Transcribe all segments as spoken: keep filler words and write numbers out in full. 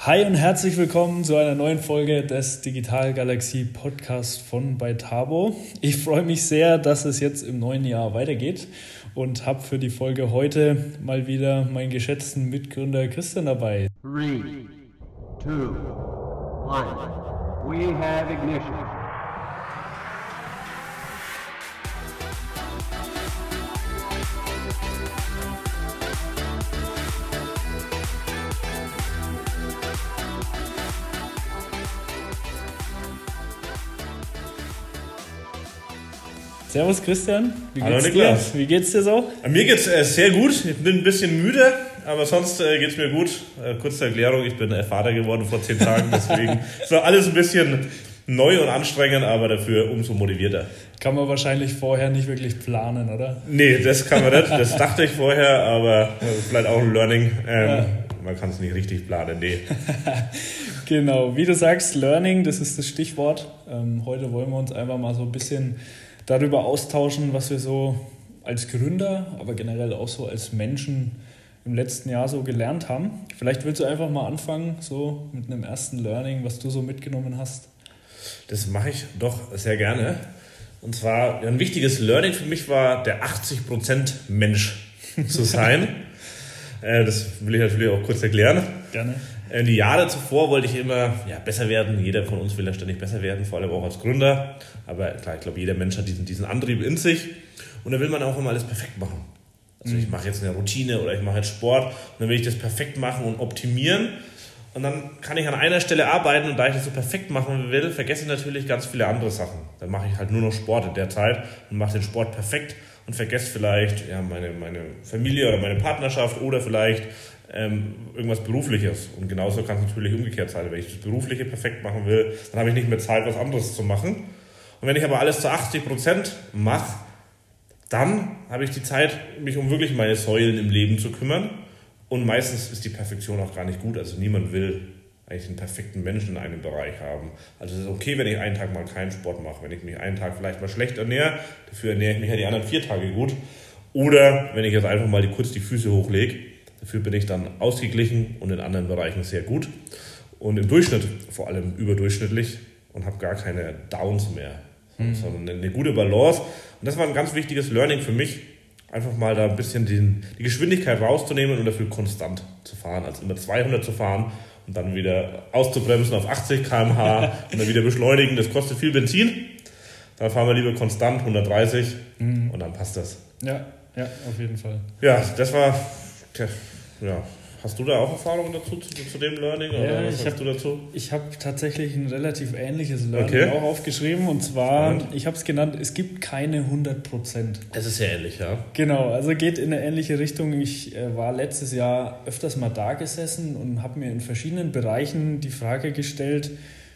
Hi und herzlich willkommen zu einer neuen Folge des Digital Galaxie Podcast von bei Tabo. Ich freue mich sehr, dass es jetzt im neuen Jahr weitergeht und habe für die Folge heute mal wieder meinen geschätzten Mitgründer Christian dabei. Three, two, one. We have ignition. Servus Christian, wie Hallo geht's Niklas. dir? Wie geht's dir so? Mir geht's äh, sehr gut. Ich bin ein bisschen müde, aber sonst äh, geht's mir gut. Äh, kurze Erklärung, ich bin äh, Vater geworden vor zehn Tagen, deswegen ist noch alles ein bisschen neu und anstrengend, aber dafür umso motivierter. Kann man wahrscheinlich vorher nicht wirklich planen, oder? Nee, das kann man nicht. Das dachte ich vorher, aber äh, vielleicht auch ein Learning. Ähm, Ja. Man kann es nicht richtig planen, nee. Genau, wie du sagst, Learning, das ist das Stichwort. Ähm, heute wollen wir uns einfach mal so ein bisschen darüber austauschen, was wir so als Gründer, aber generell auch so als Menschen im letzten Jahr so gelernt haben. Vielleicht willst du einfach mal anfangen, so mit einem ersten Learning, was du so mitgenommen hast. Das mache ich doch sehr gerne. Und zwar, ein wichtiges Learning für mich war, der achtzig Prozent Mensch zu sein. äh, das will ich natürlich auch kurz erklären. Gerne. Äh, Die Jahre zuvor wollte ich immer ja, besser werden. Jeder von uns will ja ständig besser werden, vor allem auch als Gründer. Aber klar, ich glaube, jeder Mensch hat diesen, diesen Antrieb in sich. Und da will man auch immer alles perfekt machen. Also ich mache jetzt eine Routine oder ich mache jetzt Sport und dann will ich das perfekt machen und optimieren. Und dann kann ich an einer Stelle arbeiten und da ich das so perfekt machen will, vergesse ich natürlich ganz viele andere Sachen. Dann mache ich halt nur noch Sport in der Zeit und mache den Sport perfekt und vergesse vielleicht ja, meine, meine Familie oder meine Partnerschaft oder vielleicht ähm, irgendwas Berufliches. Und genauso kann es natürlich umgekehrt sein. Wenn ich das Berufliche perfekt machen will, dann habe ich nicht mehr Zeit, was anderes zu machen. Und wenn ich aber alles zu achtzig Prozent mache, dann habe ich die Zeit, mich um wirklich meine Säulen im Leben zu kümmern. Und meistens ist die Perfektion auch gar nicht gut. Also niemand will eigentlich einen perfekten Menschen in einem Bereich haben. Also es ist okay, wenn ich einen Tag mal keinen Sport mache, wenn ich mich einen Tag vielleicht mal schlecht ernähre, dafür ernähre ich mich ja die anderen vier Tage gut. Oder wenn ich jetzt einfach mal die, kurz die Füße hochlege, dafür bin ich dann ausgeglichen und in anderen Bereichen sehr gut. Und im Durchschnitt vor allem überdurchschnittlich und habe gar keine Downs mehr, mhm. sondern eine gute Balance. Und das war ein ganz wichtiges Learning für mich, einfach mal da ein bisschen den, die Geschwindigkeit rauszunehmen und dafür konstant zu fahren, als immer zweihundert zu fahren und dann wieder auszubremsen auf achtzig Kilometer pro Stunde und dann wieder beschleunigen. Das kostet viel Benzin. Dann fahren wir lieber konstant hundertdreißig mhm. und dann passt das. Ja, ja, auf jeden Fall. Ja, das war... Ja. Hast du da auch Erfahrungen dazu, zu, zu dem Learning? Oder Ja, was ich sagst hab, du dazu? Ich habe tatsächlich ein relativ ähnliches Learning Okay. auch aufgeschrieben. Und zwar, Spannend. ich habe es genannt, es gibt keine hundert Prozent. Es ist sehr ähnlich, ja. Genau, also geht in eine ähnliche Richtung. Ich äh, war letztes Jahr öfters mal da gesessen und habe mir in verschiedenen Bereichen die Frage gestellt,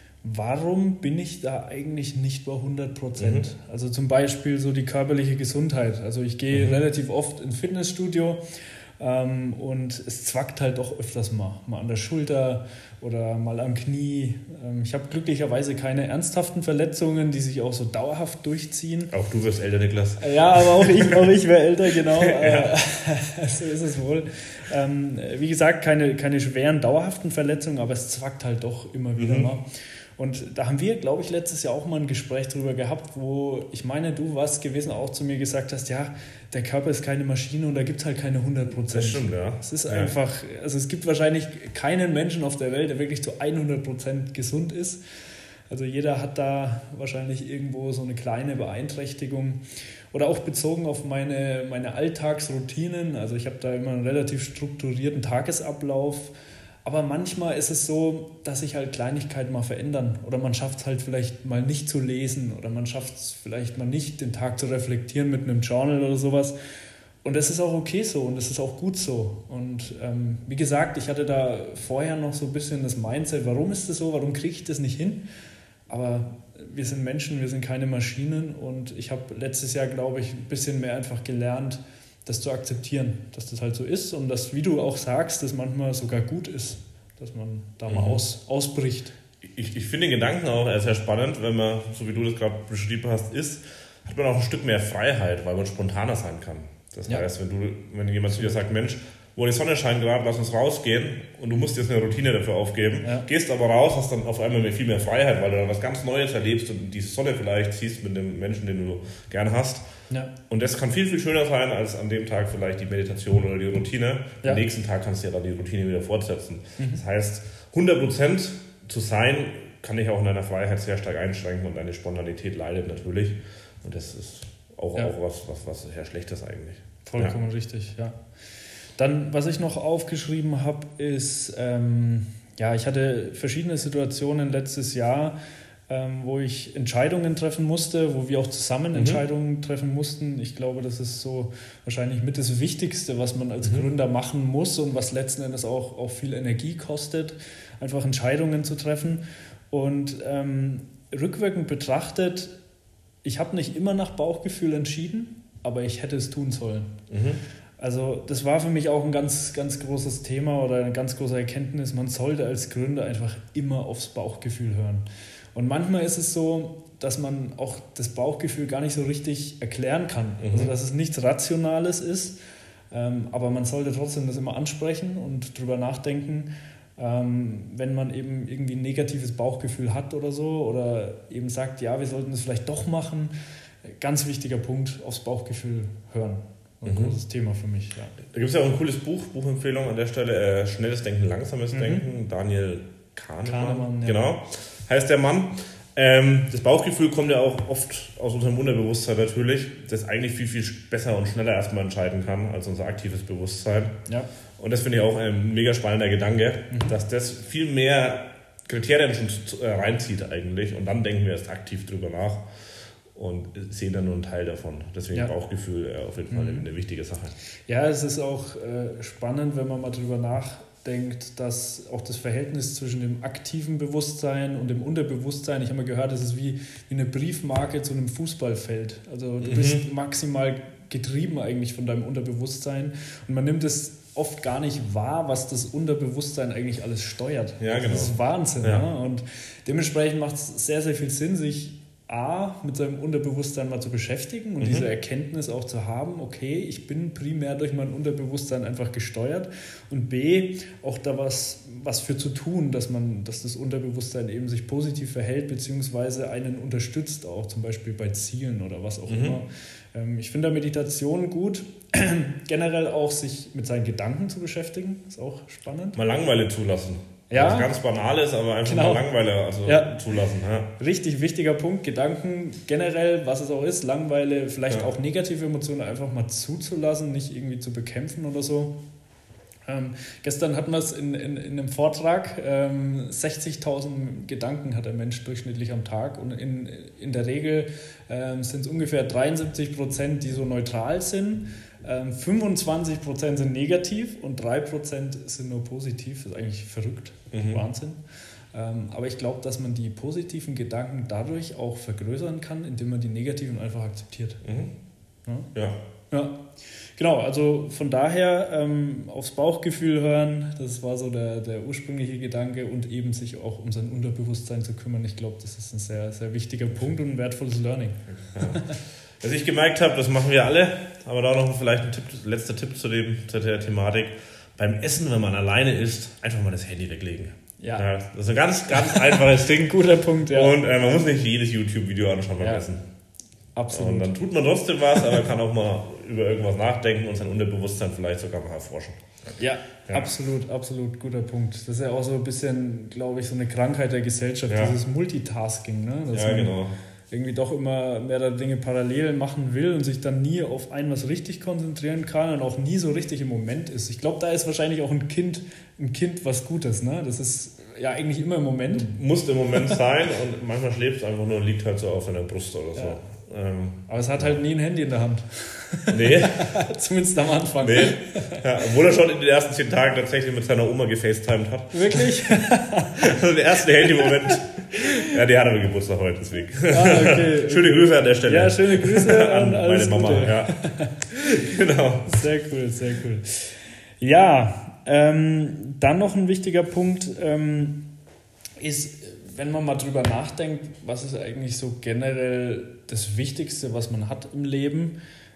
warum bin ich da eigentlich nicht bei hundert Prozent? Mhm. Also zum Beispiel so die körperliche Gesundheit. Also ich gehe mhm. relativ oft ins Fitnessstudio ähm, und es zwackt halt doch öfters mal. Mal an der Schulter oder mal am Knie. Ähm, ich habe glücklicherweise keine ernsthaften Verletzungen, die sich auch so dauerhaft durchziehen. Auch du wirst älter, Niklas. Ja, aber auch ich, auch ich wäre älter, genau. Ja. So ist es wohl. Ähm, wie gesagt, keine, keine schweren, dauerhaften Verletzungen, aber es zwackt halt doch immer wieder mhm. mal. Und da haben wir, glaube ich, letztes Jahr auch mal ein Gespräch drüber gehabt, wo ich meine, du warst gewesen, auch zu mir gesagt hast, ja, der Körper ist keine Maschine und da gibt es halt keine hundert Prozent. Das stimmt, ja. Es ist ja. einfach, also es gibt wahrscheinlich keinen Menschen auf der Welt, der wirklich zu hundert Prozent gesund ist. Also jeder hat da wahrscheinlich irgendwo so eine kleine Beeinträchtigung. Oder auch bezogen auf meine, meine Alltagsroutinen. Also ich habe da immer einen relativ strukturierten Tagesablauf. Aber manchmal ist es so, dass sich halt Kleinigkeiten mal verändern. Oder man schafft es halt vielleicht mal nicht zu lesen. Oder man schafft es vielleicht mal nicht, den Tag zu reflektieren mit einem Journal oder sowas. Und das ist auch okay so und das ist auch gut so. Und ähm, wie gesagt, ich hatte da vorher noch so ein bisschen das Mindset, warum ist das so, warum kriege ich das nicht hin? Aber wir sind Menschen, wir sind keine Maschinen und ich habe letztes Jahr, glaube ich, ein bisschen mehr einfach gelernt, das zu akzeptieren, dass das halt so ist und dass, wie du auch sagst, das manchmal sogar gut ist, dass man da mal mhm. aus, ausbricht. Ich, ich finde den Gedanken auch sehr spannend, wenn man, so wie du das gerade beschrieben hast, ist, hat man auch ein Stück mehr Freiheit, weil man spontaner sein kann. Das ja. heißt, wenn du, wenn jemand zu dir sagt, Mensch, wo die Sonne scheint gerade, lass uns rausgehen und du musst jetzt eine Routine dafür aufgeben, ja. gehst aber raus, hast dann auf einmal viel mehr Freiheit, weil du dann was ganz Neues erlebst und die Sonne vielleicht siehst mit dem Menschen, den du gern hast. Ja. Und das kann viel, viel schöner sein, als an dem Tag vielleicht die Meditation oder die Routine. Ja. Am nächsten Tag kannst du ja dann die Routine wieder fortsetzen. Mhm. Das heißt, hundert Prozent zu sein, kann ich auch in deiner Freiheit sehr stark einschränken und deine Spontanität leidet natürlich. Und das ist auch, ja. auch was, was, was sehr Schlechtes eigentlich. Vollkommen ja. richtig, ja. Dann, was ich noch aufgeschrieben habe, ist, ähm, ja, ich hatte verschiedene Situationen letztes Jahr, ähm, wo ich Entscheidungen treffen musste, wo wir auch zusammen mhm. Entscheidungen treffen mussten. Ich glaube, das ist so wahrscheinlich mit das Wichtigste, was man als mhm. Gründer machen muss und was letzten Endes auch, auch viel Energie kostet, einfach Entscheidungen zu treffen. Und ähm, rückwirkend betrachtet, ich habe nicht immer nach Bauchgefühl entschieden, aber ich hätte es tun sollen. Mhm. Also das war für mich auch ein ganz, ganz großes Thema oder eine ganz große Erkenntnis. Man sollte als Gründer einfach immer aufs Bauchgefühl hören. Und manchmal ist es so, dass man auch das Bauchgefühl gar nicht so richtig erklären kann. Mhm. Also dass es nichts Rationales ist, ähm, aber man sollte trotzdem das immer ansprechen und drüber nachdenken, ähm, wenn man eben irgendwie ein negatives Bauchgefühl hat oder so oder eben sagt, ja, wir sollten das vielleicht doch machen. Ganz wichtiger Punkt, aufs Bauchgefühl hören. Ein mhm. großes Thema für mich, ja. Da gibt es ja auch ein cooles Buch, Buchempfehlung an der Stelle, äh, Schnelles Denken, Langsames mhm. Denken, Daniel Kahnemann, Kahnemann ja. genau, heißt der Mann. Ähm, das Bauchgefühl kommt ja auch oft aus unserem Unterbewusstsein natürlich, das eigentlich viel, viel besser und schneller erstmal entscheiden kann als unser aktives Bewusstsein. Ja. Und das finde ich auch ein mega spannender Gedanke, mhm. dass das viel mehr Kriterien schon reinzieht eigentlich und dann denken wir erst aktiv drüber nach. Und sehen dann nur einen Teil davon. Deswegen ja. Bauchgefühl äh, auf jeden Fall mhm. eine wichtige Sache. Ja, es ist auch äh, spannend, wenn man mal drüber nachdenkt, dass auch das Verhältnis zwischen dem aktiven Bewusstsein und dem Unterbewusstsein, ich habe mal gehört, das ist wie, wie eine Briefmarke zu einem Fußballfeld. Also du mhm. bist maximal getrieben eigentlich von deinem Unterbewusstsein und man nimmt es oft gar nicht wahr, was das Unterbewusstsein eigentlich alles steuert. Ja, genau. Das ist Wahnsinn. Ja. Ja? Und dementsprechend macht es sehr, sehr viel Sinn, sich A, mit seinem Unterbewusstsein mal zu beschäftigen und mhm. diese Erkenntnis auch zu haben, okay, ich bin primär durch mein Unterbewusstsein einfach gesteuert und B, auch da was, was für zu tun, dass man, dass das Unterbewusstsein eben sich positiv verhält, beziehungsweise einen unterstützt, auch zum Beispiel bei Zielen oder was auch mhm. immer. Ähm, ich finde da Meditation gut, generell auch sich mit seinen Gedanken zu beschäftigen, ist auch spannend. Mal Langeweile zulassen. Ja. Was ganz Banales, aber einfach genau. mal Langeweile also ja. zulassen. Ja. Richtig wichtiger Punkt, Gedanken generell, was es auch ist, Langeweile, vielleicht ja. auch negative Emotionen einfach mal zuzulassen, nicht irgendwie zu bekämpfen oder so. Ähm, gestern hatten wir es in, in, in einem Vortrag, ähm, sechzigtausend Gedanken hat der Mensch durchschnittlich am Tag und in, in der Regel ähm, sind es ungefähr dreiundsiebzig Prozent, die so neutral sind. fünfundzwanzig Prozent sind negativ und drei Prozent sind nur positiv. Das ist eigentlich verrückt. Mhm. Wahnsinn. Aber ich glaube, dass man die positiven Gedanken dadurch auch vergrößern kann, indem man die negativen einfach akzeptiert. Mhm. Ja? Ja. Ja. Genau, also von daher ähm, aufs Bauchgefühl hören, das war so der, der ursprüngliche Gedanke und eben sich auch um sein Unterbewusstsein zu kümmern. Ich glaube, das ist ein sehr, sehr wichtiger Punkt und ein wertvolles Learning. Ja. Was ich gemerkt habe, das machen wir alle, aber da noch vielleicht ein Tipp, letzter Tipp zu, dem, zu der Thematik. Beim Essen, wenn man alleine isst, einfach mal das Handy weglegen. Ja. ja das ist ein ganz, ganz einfaches Ding. Guter Punkt, ja. Und äh, man muss nicht jedes YouTube-Video anschauen beim ja. Essen. Absolut. Und dann tut man trotzdem was, aber kann auch mal über irgendwas nachdenken und sein Unterbewusstsein vielleicht sogar mal erforschen. Ja, ja, absolut, absolut guter Punkt. Das ist ja auch so ein bisschen, glaube ich, so eine Krankheit der Gesellschaft, ja. dieses Multitasking. Ne? Dass ja, genau. irgendwie doch immer mehrere Dinge parallel machen will und sich dann nie auf ein was richtig konzentrieren kann und auch nie so richtig im Moment ist. Ich glaube, da ist wahrscheinlich auch ein Kind, ein Kind was Gutes. Ne? Das ist ja eigentlich immer im Moment. Muss im Moment sein und manchmal schläft es einfach nur und liegt halt so auf seiner Brust oder so. Ja. Ähm, Aber es hat halt nie ein Handy in der Hand. Nee. Zumindest am Anfang. Nee. Ja, obwohl er schon in den ersten zehn Tagen tatsächlich mit seiner Oma gefacetimed hat. Wirklich? Also der erste Handy-Moment. Ja, die hat aber Geburtstag heute, deswegen. Ah, okay. Schöne Grüße an der Stelle. Ja, schöne Grüße an meine Mama. Gute. Ja. Genau. Sehr cool, sehr cool. Ja, ähm, dann noch ein wichtiger Punkt ähm, ist, wenn man mal drüber nachdenkt, was ist eigentlich so generell das Wichtigste, was man hat im Leben,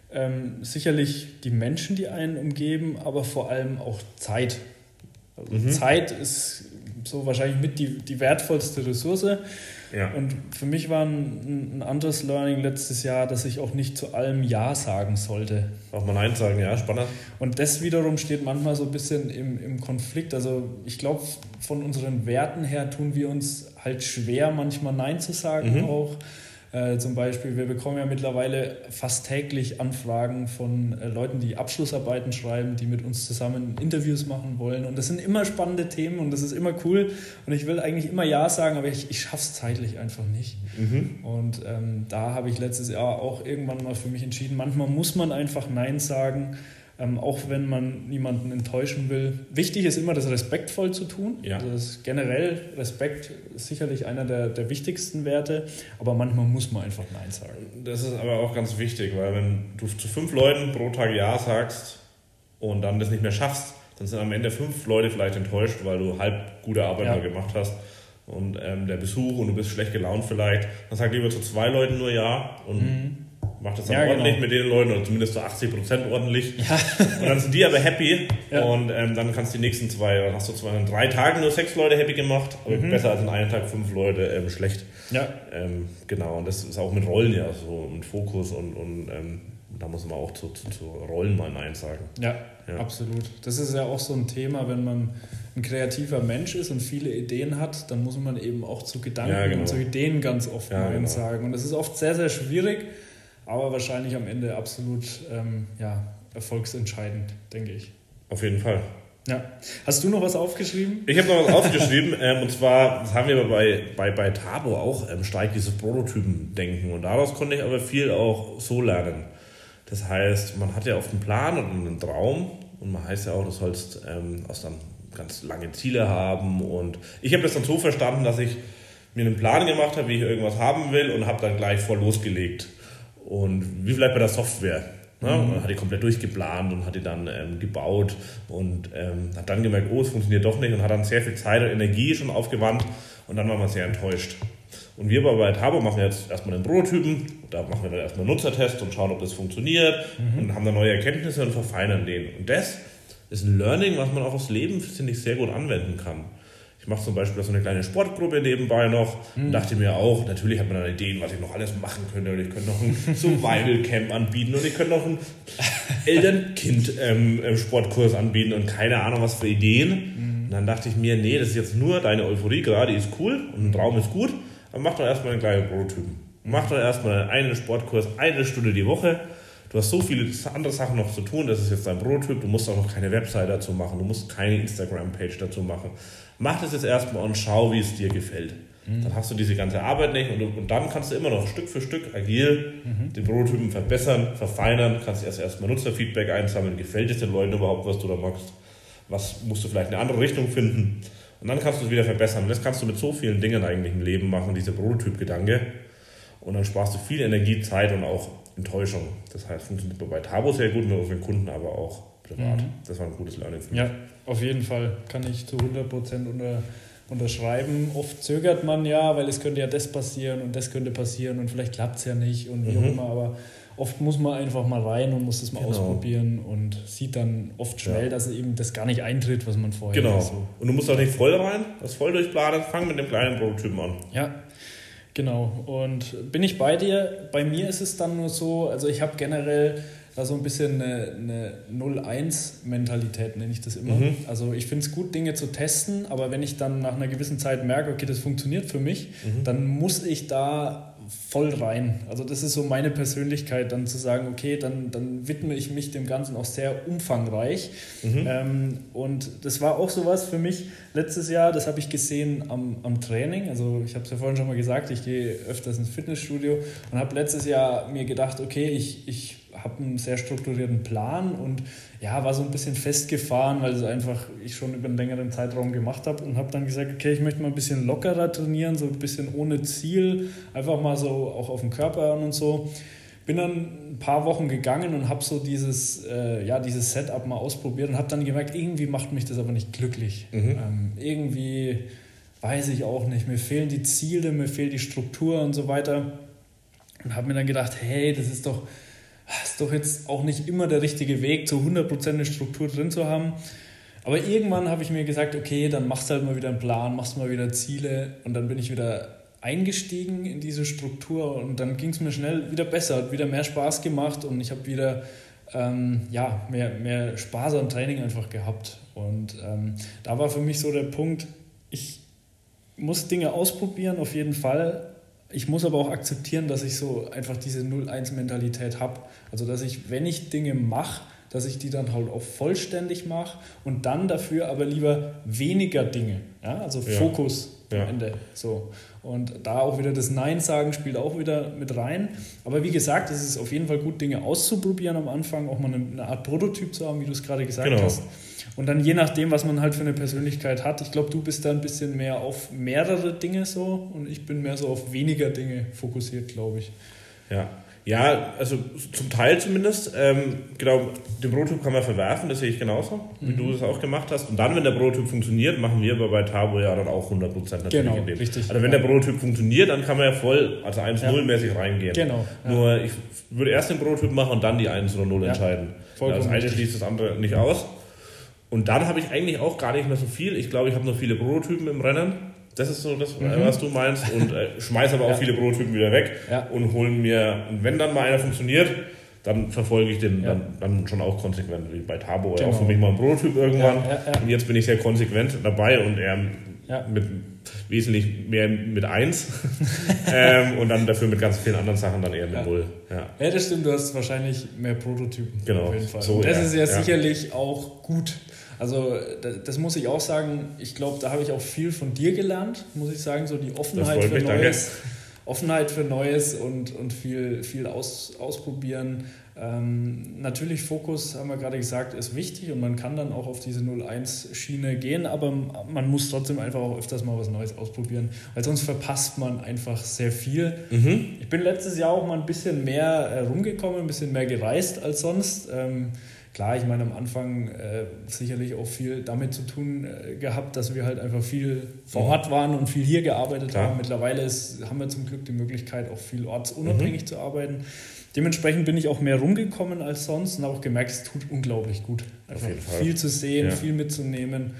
Ähm, sicherlich die Menschen, die einen umgeben, aber vor allem auch Zeit. Also mhm. Zeit ist so wahrscheinlich mit die, die wertvollste Ressource. Ja. Und für mich war ein, ein anderes Learning letztes Jahr, dass ich auch nicht zu allem Ja sagen sollte. Auch mal Nein sagen, ja, spannend. Und das wiederum steht manchmal so ein bisschen im, im Konflikt. Also ich glaube, von unseren Werten her tun wir uns halt schwer, manchmal Nein zu sagen mhm. auch. Äh, zum Beispiel, wir bekommen ja mittlerweile fast täglich Anfragen von äh, Leuten, die Abschlussarbeiten schreiben, die mit uns zusammen Interviews machen wollen. Und das sind immer spannende Themen und das ist immer cool. Und ich will eigentlich immer Ja sagen, aber ich, ich schaffe es zeitlich einfach nicht. Mhm. Und ähm, da habe ich letztes Jahr auch irgendwann mal für mich entschieden, manchmal muss man einfach Nein sagen, ähm, auch wenn man niemanden enttäuschen will. Wichtig ist immer, das respektvoll zu tun. Ja. Also das ist generell Respekt ist sicherlich einer der, der wichtigsten Werte, aber manchmal muss man einfach Nein sagen. Das ist aber auch ganz wichtig, weil wenn du zu fünf Leuten pro Tag Ja sagst und dann das nicht mehr schaffst, dann sind am Ende fünf Leute vielleicht enttäuscht, weil du halb gute Arbeit ja. mal gemacht hast und ähm, der Besuch und du bist schlecht gelaunt vielleicht. Dann sag lieber zu zwei Leuten nur Ja und mhm. mach das dann ja, ordentlich genau. mit den Leuten oder zumindest zu achtzig Prozent ordentlich. Ja. Und dann sind die aber happy ja. und ähm, dann kannst du die nächsten zwei, dann hast du zwar in drei Tagen nur sechs Leute happy gemacht, aber mhm. besser als in einem Tag fünf Leute ähm, schlecht. Ja. Ähm, genau, und das ist auch mit Rollen ja so, mit Fokus und, und ähm, da muss man auch zu, zu, zu Rollen mal Nein sagen. Ja, ja, absolut. Das ist ja auch so ein Thema, wenn man ein kreativer Mensch ist und viele Ideen hat, dann muss man eben auch zu Gedanken ja, genau. und zu Ideen ganz oft ja, Nein genau. sagen. Und das ist oft sehr, sehr schwierig, aber wahrscheinlich am Ende absolut ähm, ja, erfolgsentscheidend, denke ich. Auf jeden Fall. Ja. Hast du noch was aufgeschrieben? Ich habe noch was aufgeschrieben ähm, und zwar, das haben wir bei, bei, bei Tabo auch, ähm, stark dieses Prototypen-Denken und daraus konnte ich aber viel auch so lernen. Das heißt, man hat ja oft einen Plan und einen Traum und man heißt ja auch, du sollst ähm, auch dann ganz lange Ziele haben und ich habe das dann so verstanden, dass ich mir einen Plan gemacht habe, wie ich irgendwas haben will und habe dann gleich voll losgelegt. Und wie vielleicht bei der Software. Ne? Mhm. Und hat die komplett durchgeplant und hat die dann ähm, gebaut und ähm, hat dann gemerkt, oh, es funktioniert doch nicht und hat dann sehr viel Zeit und Energie schon aufgewandt und dann war man sehr enttäuscht. Und wir bei Tabo machen jetzt erstmal den Prototypen, da machen wir dann erstmal einen Nutzertest und schauen, ob das funktioniert mhm. und haben dann neue Erkenntnisse und verfeinern den. Und das ist ein Learning, was man auch aufs Leben, finde ich, sehr gut anwenden kann. Ich mache zum Beispiel so eine kleine Sportgruppe nebenbei noch und hm. dachte mir auch, natürlich hat man dann Ideen, was ich noch alles machen könnte. Und ich könnte noch ein Survival-Camp anbieten und ich könnte noch einen Eltern-Kind-Sportkurs ähm, anbieten und keine Ahnung, was für Ideen. Mhm. Und dann dachte ich mir, nee, das ist jetzt nur deine Euphorie gerade, die ist cool und ein Traum ist gut, aber mach doch erstmal einen kleinen Prototypen. Mach doch erstmal einen Sportkurs, eine Stunde die Woche. Du hast so viele andere Sachen noch zu tun, das ist jetzt dein Prototyp, du musst auch noch keine Website dazu machen, du musst keine Instagram-Page dazu machen. Mach das jetzt erstmal und schau, wie es dir gefällt. Mhm. Dann hast du diese ganze Arbeit nicht und, und dann kannst du immer noch Stück für Stück agil mhm. den Prototypen verbessern, verfeinern, kannst erst erstmal Nutzerfeedback einsammeln, gefällt es den Leuten überhaupt, was du da machst, was musst du vielleicht in eine andere Richtung finden und dann kannst du es wieder verbessern. Und das kannst du mit so vielen Dingen eigentlich im Leben machen, dieser Prototyp-Gedanke und dann sparst du viel Energie, Zeit und auch Enttäuschung. Das heißt, funktioniert bei Tabo sehr gut mit unseren Kunden, aber auch privat. Mhm. Das war ein gutes Learning für mich. Ja, auf jeden Fall kann ich zu hundert Prozent unter, unterschreiben. Oft zögert man ja, weil es könnte ja das passieren und das könnte passieren und vielleicht klappt es ja nicht und wie mhm. auch immer, aber oft muss man einfach mal rein und muss das mal genau. ausprobieren und sieht dann oft schnell, ja. dass eben das gar nicht eintritt, was man vorher Genau. so. Und du musst auch nicht voll rein, das voll durchplanen, fang mit dem kleinen Prototypen an. Ja. Genau, und bin ich bei dir? Bei mir ist es dann nur so, also ich habe generell da so ein bisschen eine, eine null eins Mentalität, nenne ich das immer. Mhm. Also ich finde es gut, Dinge zu testen, aber wenn ich dann nach einer gewissen Zeit merke, okay, das funktioniert für mich, mhm. dann muss ich da voll rein. Also das ist so meine Persönlichkeit, dann zu sagen, okay, dann, dann widme ich mich dem Ganzen auch sehr umfangreich. Mhm. Ähm, und das war auch sowas für mich letztes Jahr, das habe ich gesehen am, am Training. Also ich habe es ja vorhin schon mal gesagt, ich gehe öfters ins Fitnessstudio und habe letztes Jahr mir gedacht, okay, ich, ich habe einen sehr strukturierten Plan und ja, war so ein bisschen festgefahren, weil es einfach ich schon über einen längeren Zeitraum gemacht habe und habe dann gesagt, okay, ich möchte mal ein bisschen lockerer trainieren, so ein bisschen ohne Ziel, einfach mal so auch auf den Körper hören und so. Bin dann ein paar Wochen gegangen und habe so dieses, äh, ja, dieses Setup mal ausprobiert und habe dann gemerkt, irgendwie macht mich das aber nicht glücklich. Mhm. Ähm, irgendwie weiß ich auch nicht, mir fehlen die Ziele, mir fehlt die Struktur und so weiter und habe mir dann gedacht, hey, das ist doch ist doch jetzt auch nicht immer der richtige Weg, zu hundert Prozent eine Struktur drin zu haben. Aber irgendwann habe ich mir gesagt, okay, dann machst du halt mal wieder einen Plan, machst mal wieder Ziele und dann bin ich wieder eingestiegen in diese Struktur und dann ging es mir schnell wieder besser, hat wieder mehr Spaß gemacht und ich habe wieder ähm, ja, mehr, mehr Spaß am Training einfach gehabt. Und ähm, da war für mich so der Punkt, ich muss Dinge ausprobieren, auf jeden Fall. Ich muss aber auch akzeptieren, dass ich so einfach diese null eins Mentalität habe. Also dass ich, wenn ich Dinge mache, dass ich die dann halt auch vollständig mache und dann dafür aber lieber weniger Dinge. Ja? Also ja. Fokus am ja. Ende. So. Und da auch wieder das Nein sagen spielt auch wieder mit rein. Aber wie gesagt, es ist auf jeden Fall gut, Dinge auszuprobieren am Anfang, auch mal eine, eine Art Prototyp zu haben, wie du es gerade gesagt genau. hast. Und dann je nachdem, was man halt für eine Persönlichkeit hat. Ich glaube, du bist da ein bisschen mehr auf mehrere Dinge so und ich bin mehr so auf weniger Dinge fokussiert, glaube ich. Ja. Ja, also zum Teil zumindest. Ähm, genau, den Prototyp kann man verwerfen, das sehe ich genauso, wie mhm. du das auch gemacht hast. Und dann, wenn der Prototyp funktioniert, machen wir aber bei Tabo ja dann auch hundert Prozent natürlich genau, in dem. Richtig. Also wenn der Prototyp funktioniert, dann kann man ja voll, also eins null mäßig reingehen. Genau. Ja. Nur ich würde erst den Prototyp machen und dann die eins oder null ja. entscheiden. Vollkommen das eine richtig. schließt das andere nicht aus. Und dann habe ich eigentlich auch gar nicht mehr so viel. Ich glaube, ich habe noch viele Prototypen im Rennen. Das ist so das, mhm. was du meinst. Und äh, schmeiße aber auch ja. viele Prototypen wieder weg ja. und holen mir, und wenn dann mal einer funktioniert, dann verfolge ich den ja. dann, dann schon auch konsequent. Wie bei Tabo, genau. auch für mich mal ein Prototyp irgendwann. Ja, ja, ja. Und jetzt bin ich sehr konsequent dabei und eher ja. mit wesentlich mehr mit eins ähm, und dann dafür mit ganz vielen anderen Sachen dann eher mit ja. null. Ja. ja, das stimmt. Du hast wahrscheinlich mehr Prototypen. Genau. Auf jeden Fall. So, und das ja. ist ja, ja sicherlich auch gut. Also das muss ich auch sagen, ich glaube, da habe ich auch viel von dir gelernt, muss ich sagen, so die Offenheit für mich, Neues, Offenheit für Neues und, und viel, viel aus, ausprobieren. Ähm, natürlich Fokus, haben wir gerade gesagt, ist wichtig und man kann dann auch auf diese null eins Schiene gehen, aber man muss trotzdem einfach auch öfters mal was Neues ausprobieren, weil sonst verpasst man einfach sehr viel. Mhm. Ich bin letztes Jahr auch mal ein bisschen mehr rumgekommen, ein bisschen mehr gereist als sonst. Ähm, Klar, ich meine, am Anfang äh, sicherlich auch viel damit zu tun äh, gehabt, dass wir halt einfach viel vor Ort waren und viel hier gearbeitet Klar. haben. Mittlerweile ist, haben wir zum Glück die Möglichkeit, auch viel ortsunabhängig mhm. zu arbeiten. Dementsprechend bin ich auch mehr rumgekommen als sonst und habe auch gemerkt, es tut unglaublich gut. Einfach Auf jeden Fall. viel zu sehen, ja. viel mitzunehmen.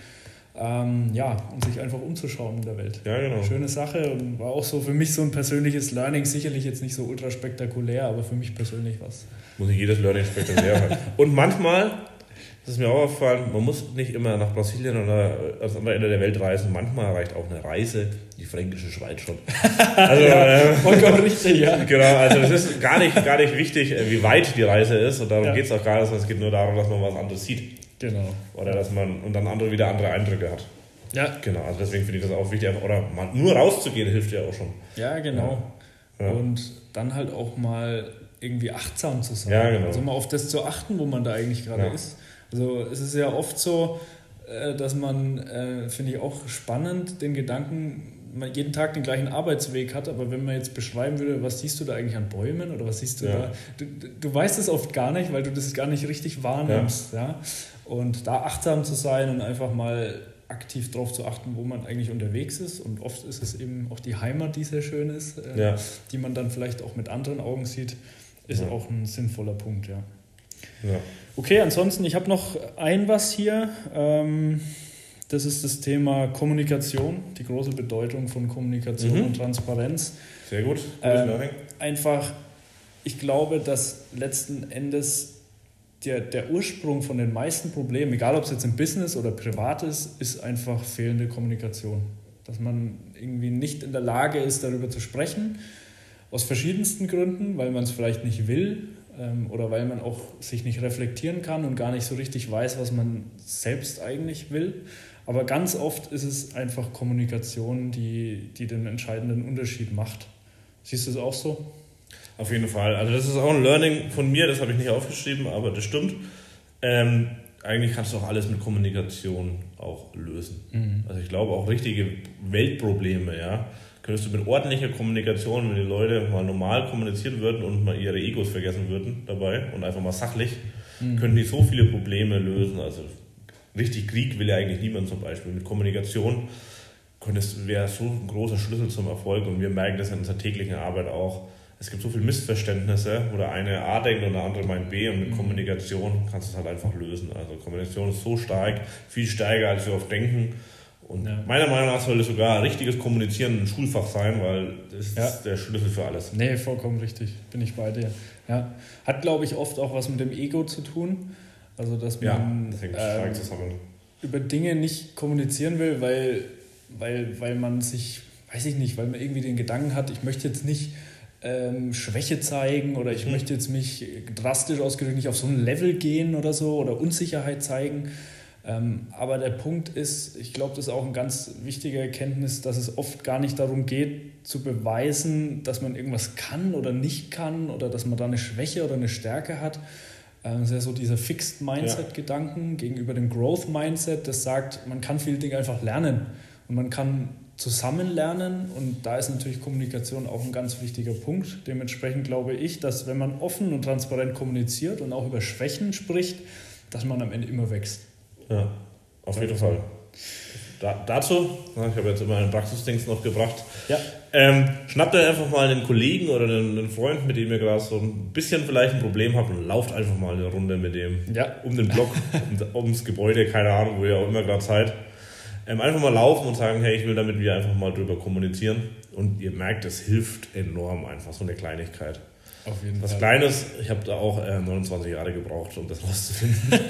Ähm, ja, und sich einfach umzuschauen in der Welt. Ja, genau. Schöne Sache und war auch so für mich so ein persönliches Learning. Sicherlich jetzt nicht so ultra spektakulär, aber für mich persönlich was. Muss nicht jedes Learning spektakulär sein. Und manchmal, das ist mir auch aufgefallen, man muss nicht immer nach Brasilien oder ans andere Ende der Welt reisen. Manchmal reicht auch eine Reise in die fränkische Schweiz schon. Also, ja, äh, vollkommen richtig, ja. Genau, also es ist gar nicht, gar nicht wichtig, wie weit die Reise ist. Und darum ja. geht es auch gar nicht, sondern es geht nur darum, dass man was anderes sieht. Genau. Oder dass man und dann andere wieder andere Eindrücke hat. Ja. Genau, also deswegen finde ich das auch wichtig. Oder mal nur rauszugehen hilft ja auch schon. Ja, genau. Ja. Ja. Und dann halt auch mal irgendwie achtsam zu sein. Ja, genau. Also mal auf das zu achten, wo man da eigentlich gerade ja. ist. Also es ist ja oft so, dass man, finde ich auch spannend, den Gedanken, man jeden Tag den gleichen Arbeitsweg hat, aber wenn man jetzt beschreiben würde, was siehst du da eigentlich an Bäumen oder was siehst du ja. da, du, du weißt es oft gar nicht, weil du das gar nicht richtig wahrnimmst. Ja. Ja? Und da achtsam zu sein und einfach mal aktiv darauf zu achten, wo man eigentlich unterwegs ist. Und oft ist es eben auch die Heimat, die sehr schön ist, äh, ja. die man dann vielleicht auch mit anderen Augen sieht, ist ja. auch ein sinnvoller Punkt, ja. ja. Okay, ansonsten, ich habe noch ein was hier. Ähm, das ist das Thema Kommunikation, die große Bedeutung von Kommunikation mhm. und Transparenz. Sehr gut. Ähm, einfach, ich glaube, dass letzten Endes Der, der Ursprung von den meisten Problemen, egal ob es jetzt im Business oder privat ist, ist einfach fehlende Kommunikation. Dass man irgendwie nicht in der Lage ist, darüber zu sprechen, aus verschiedensten Gründen, weil man es vielleicht nicht will ähm, oder weil man auch sich nicht reflektieren kann und gar nicht so richtig weiß, was man selbst eigentlich will. Aber ganz oft ist es einfach Kommunikation, die, die den entscheidenden Unterschied macht. Siehst du es auch so? Auf jeden Fall. Also das ist auch ein Learning von mir, das habe ich nicht aufgeschrieben, aber das stimmt. Ähm, eigentlich kannst du auch alles mit Kommunikation auch lösen. Mhm. Also ich glaube auch richtige Weltprobleme, ja, könntest du mit ordentlicher Kommunikation, wenn die Leute mal normal kommunizieren würden und mal ihre Egos vergessen würden dabei und einfach mal sachlich, mhm. könnten die so viele Probleme lösen. Also richtig Krieg will ja eigentlich niemand zum Beispiel. Mit Kommunikation wäre so ein großer Schlüssel zum Erfolg und wir merken das in unserer täglichen Arbeit auch. es gibt so viele Missverständnisse, wo der eine A denkt und der andere meint B, und mit mhm. Kommunikation kannst du es halt einfach lösen. Also Kommunikation ist so stark, viel stärker, als wir oft denken. Und ja. meiner Meinung nach sollte sogar richtiges Kommunizieren ein Schulfach sein, weil das ist ja. der Schlüssel für alles. Nee, vollkommen richtig, bin ich bei dir. Ja. Hat, glaube ich, oft auch was mit dem Ego zu tun. Also, dass man ja, das hängt stark ähm, zusammen. über Dinge nicht kommunizieren will, weil, weil, weil man sich, weiß ich nicht, weil man irgendwie den Gedanken hat, ich möchte jetzt nicht ähm, Schwäche zeigen oder ich mhm. möchte jetzt mich drastisch ausgedrückt nicht auf so ein Level gehen oder so oder Unsicherheit zeigen. Ähm, aber der Punkt ist, ich glaube, das ist auch eine ganz wichtige Erkenntnis, dass es oft gar nicht darum geht, zu beweisen, dass man irgendwas kann oder nicht kann oder dass man da eine Schwäche oder eine Stärke hat. Das ist ja so dieser Fixed Mindset-Gedanken ja. gegenüber dem Growth Mindset, das sagt, man kann viele Dinge einfach lernen und man kann zusammen lernen, und da ist natürlich Kommunikation auch ein ganz wichtiger Punkt. Dementsprechend glaube ich, dass wenn man offen und transparent kommuniziert und auch über Schwächen spricht, dass man am Ende immer wächst. Ja, auf jeden Fall. Da, dazu, ich habe jetzt immer einen Praxisdings noch gebracht, ja. ähm, schnappt euch einfach mal einen Kollegen oder einen, einen Freund, mit dem ihr gerade so ein bisschen vielleicht ein Problem habt, und lauft einfach mal eine Runde mit dem ja. um den Block, um, ums Gebäude, keine Ahnung, wo ihr auch immer gerade seid. Ähm, einfach mal laufen und sagen, hey, ich will damit wir einfach mal drüber kommunizieren, und ihr merkt, es hilft enorm, einfach so eine Kleinigkeit. Auf jeden Was Fall. Kleines, ich habe da auch äh, neunundzwanzig Jahre gebraucht, um das rauszufinden.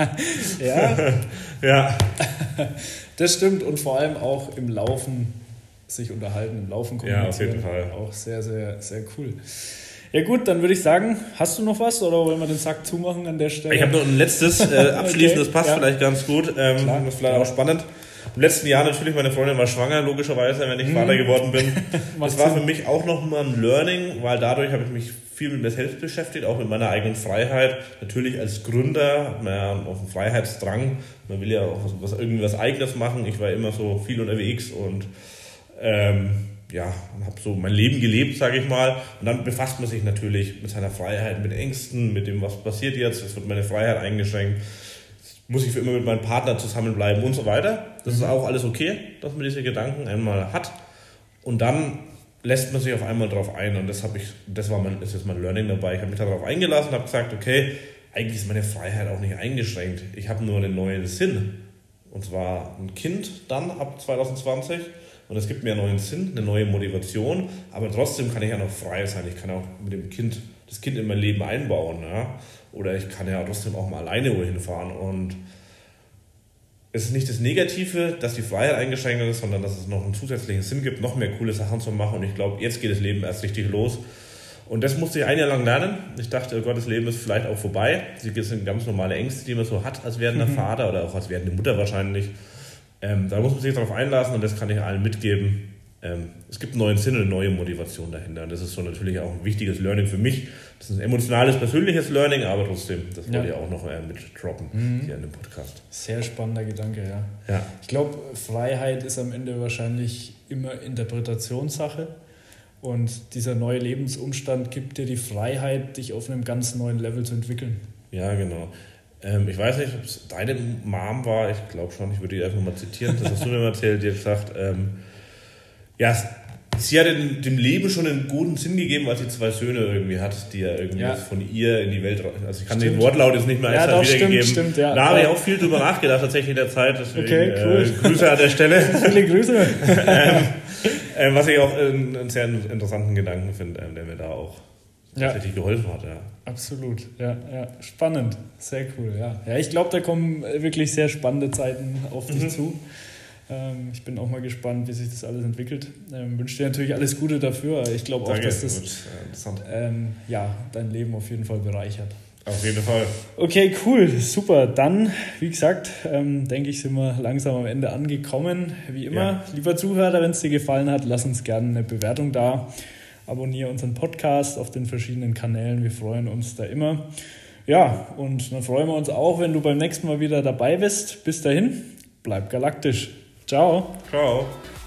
ja. ja. Das stimmt, und vor allem auch im Laufen sich unterhalten, im Laufen kommunizieren. Ja, auf jeden Fall. Auch sehr, sehr, sehr cool. Ja gut, dann würde ich sagen, hast du noch was oder wollen wir den Sack zumachen an der Stelle? Ich habe noch ein letztes äh, abschließendes, okay, passt ja. vielleicht ganz gut. Ähm, Klar, das ist vielleicht auch spannend. Im letzten Jahr natürlich, meine Freundin war schwanger, logischerweise, wenn ich mhm. Vater geworden bin. Das war für mich auch nochmal ein Learning, weil dadurch habe ich mich viel mit mir selbst beschäftigt, auch mit meiner eigenen Freiheit. Natürlich als Gründer hat man ja auch einen Freiheitsdrang. Man will ja auch was, was, irgendwie was Eigenes machen. Ich war immer so viel unterwegs und ähm, ja, habe so mein Leben gelebt, sage ich mal. Und dann befasst man sich natürlich mit seiner Freiheit, mit Ängsten, mit dem, was passiert jetzt. Es wird meine Freiheit eingeschränkt. Muss ich für immer mit meinem Partner zusammenbleiben und so weiter. Das mhm. ist auch alles okay, dass man diese Gedanken einmal hat. Und dann lässt man sich auf einmal darauf ein. Und das habe ich, das war mein, ist jetzt mein Learning dabei. Ich habe mich darauf eingelassen und habe gesagt, okay, eigentlich ist meine Freiheit auch nicht eingeschränkt. Ich habe nur einen neuen Sinn. Und zwar ein Kind dann ab zwanzig zwanzig. Und es gibt mir einen neuen Sinn, eine neue Motivation. Aber trotzdem kann ich ja noch frei sein. Ich kann auch mit dem Kind, das Kind in mein Leben einbauen. Ja? Oder ich kann ja trotzdem auch mal alleine wohin fahren. Und es ist nicht das Negative, dass die Freiheit eingeschränkt ist, sondern dass es noch einen zusätzlichen Sinn gibt, noch mehr coole Sachen zu machen. Und ich glaube, jetzt geht das Leben erst richtig los. Und das musste ich ein Jahr lang lernen. Ich dachte, oh Gott, das Leben ist vielleicht auch vorbei. Das sind ganz normale Ängste, die man so hat als werdender mhm. Vater oder auch als werdende Mutter wahrscheinlich. Ähm, da muss man sich darauf einlassen, und das kann ich allen mitgeben. Ähm, es gibt einen neuen Sinn und eine neue Motivation dahinter. Und das ist so natürlich auch ein wichtiges Learning für mich. Das ist ein emotionales, persönliches Learning, aber trotzdem, das ja. wollte ich auch noch äh, mit droppen mhm. hier in dem Podcast. Sehr spannender Gedanke, ja. ja. Ich glaube, Freiheit ist am Ende wahrscheinlich immer Interpretationssache. Und dieser neue Lebensumstand gibt dir die Freiheit, dich auf einem ganz neuen Level zu entwickeln. Ja, genau. Ähm, ich weiß nicht, ob es deine Mom war, ich glaube schon, ich würde die einfach mal zitieren, das hast du mir mal erzählt, die hat gesagt, ähm, ja, sie hat dem Leben schon einen guten Sinn gegeben, als sie zwei Söhne irgendwie hat, die ja irgendwie ja. von ihr in die Welt, also ich kann stimmt. den Wortlaut jetzt nicht mehr ja, extra wiedergegeben. Stimmt, stimmt, ja. Da habe ich auch viel drüber nachgedacht, tatsächlich in der Zeit, deswegen okay, cool. äh, Grüße an der Stelle. Viele Grüße. ähm, ähm, was ich auch einen, einen sehr interessanten Gedanken finde, ähm, der mir da auch ja. tatsächlich geholfen hat. Ja. Absolut, ja, ja, spannend, sehr cool, ja. Ja, ich glaube, da kommen wirklich sehr spannende Zeiten auf dich mhm. zu. Ähm, ich bin auch mal gespannt, wie sich das alles entwickelt. Ähm, wünsche dir natürlich alles Gute dafür. Ich glaube auch, dass das ähm, ja, dein Leben auf jeden Fall bereichert. Auf jeden Fall. Okay, cool, super. Dann, wie gesagt, ähm, denke ich, sind wir langsam am Ende angekommen. Wie immer, ja. lieber Zuhörer, wenn es dir gefallen hat, lass uns gerne eine Bewertung da. Abonniere unseren Podcast auf den verschiedenen Kanälen. Wir freuen uns da immer. Ja, und dann freuen wir uns auch, wenn du beim nächsten Mal wieder dabei bist. Bis dahin, bleib galaktisch. Ciao. Ciao.